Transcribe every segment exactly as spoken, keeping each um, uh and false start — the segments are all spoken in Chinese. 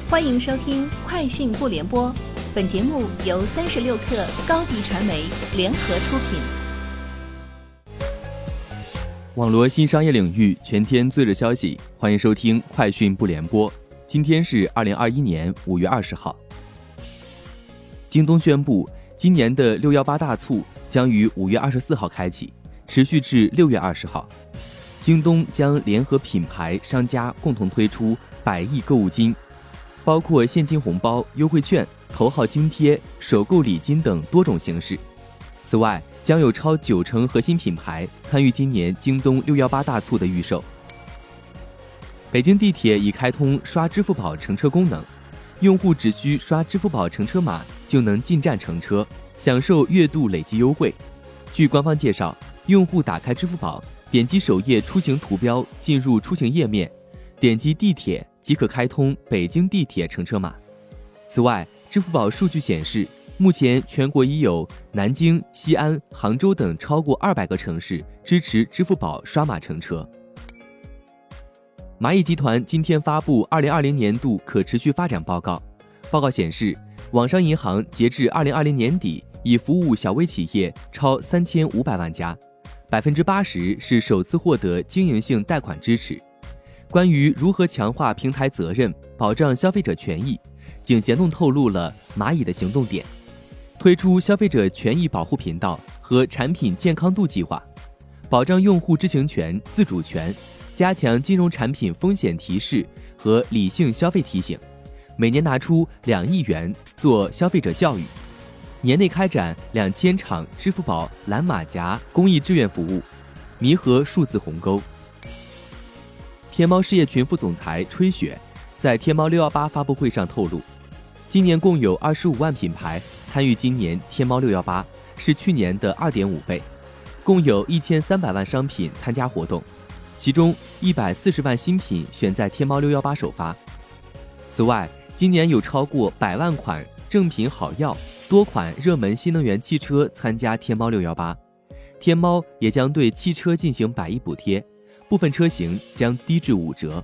欢迎收听快讯不联播，本节目由三十六克高低传媒联合出品。 网罗新商业领域全天最热消息，欢迎收听快讯不联播。今天是二零二一年五月二十号。京东宣布，今年的六一八大促将于五月二十四号开启，持续至六月二十号。京东将联合品牌商家共同推出百亿购物金，包括现金红包、优惠券、头号津贴、首购礼金等多种形式。此外，将有超九成核心品牌参与今年京东六一八大促的预售。北京地铁已开通刷支付宝乘车功能，用户只需刷支付宝乘车码就能进站乘车，享受月度累计优惠。据官方介绍，用户打开支付宝，点击首页出行图标，进入出行页面，点击地铁即可开通北京地铁乘车码。此外，支付宝数据显示，目前全国已有南京、西安、杭州等超过二百个城市支持支付宝刷码乘车。蚂蚁集团今天发布二零二零年度可持续发展报告，报告显示，网商银行截至二零二零年底已服务小微企业超三千五百万家，百分之八十是首次获得经营性贷款支持。关于如何强化平台责任，保障消费者权益，井贤弄透露了蚂蚁的行动点，推出消费者权益保护频道和产品健康度计划，保障用户知情权、自主权，加强金融产品风险提示和理性消费提醒，每年拿出两亿元做消费者教育，年内开展两千场支付宝蓝马甲公益志愿服务，弥合数字鸿沟。天猫事业群副总裁吹雪在天猫六一八发布会上透露，今年共有二十五万品牌参与今年天猫六一八，是去年的 二点五倍，共有一千三百万商品参加活动，其中一百四十万新品选在天猫六一八首发。此外，今年有超过百万款正品好药，多款热门新能源汽车参加天猫六一八，天猫也将对汽车进行百亿补贴，部分车型将低至五折。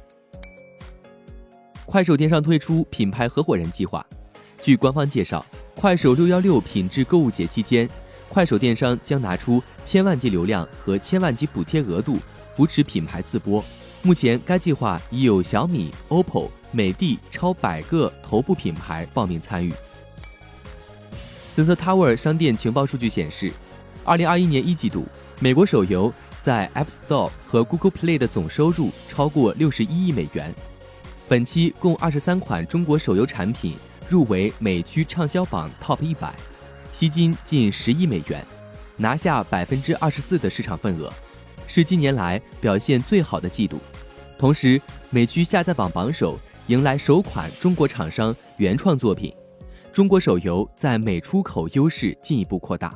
快手电商推出品牌合伙人计划，据官方介绍，快手六一六品质购物节期间，快手电商将拿出千万级流量和千万级补贴额度扶持品牌自播。目前该计划已有小米、O P P O、美的超百个头部品牌报名参与。Sensor Tower 商店情报数据显示，二零二一年一季度，美国手游在 App Store 和 Google Play 的总收入超过六十一亿美元。本期共二十三款中国手游产品入围美区畅销榜 Top 一百，吸金近十亿美元，拿下百分之二十四的市场份额，是近年来表现最好的季度。同时，美区下载榜榜首迎来首款中国厂商原创作品，中国手游在美出口优势进一步扩大。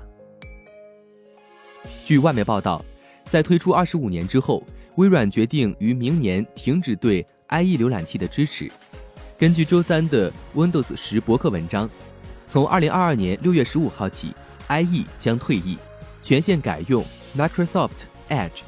据外媒报道，在推出二十五年之后，微软决定于明年停止对 I E 浏览器的支持。根据周三的 Windows 十博客文章，从二零二二年六月十五号起 ，I E 将退役，全线改用 Microsoft Edge。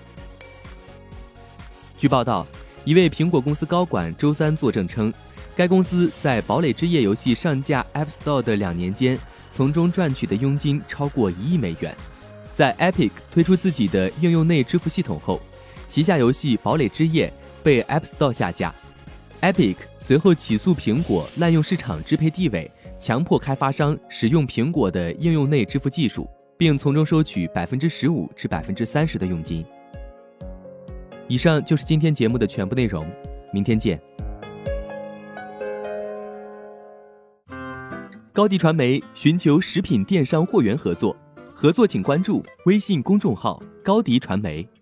据报道，一位苹果公司高管周三作证称，该公司在堡垒之夜游戏上架 App Store 的两年间，从中赚取的佣金超过一亿美元。在 Epic 推出自己的应用内支付系统后，旗下游戏堡垒之夜被 App Store 下架。Epic 随后起诉苹果滥用市场支配地位，强迫开发商使用苹果的应用内支付技术，并从中收取 百分之十五 至 百分之三十 的佣金。以上就是今天节目的全部内容，明天见。高迪传媒寻求食品电商货源合作，合作请关注微信公众号高迪传媒。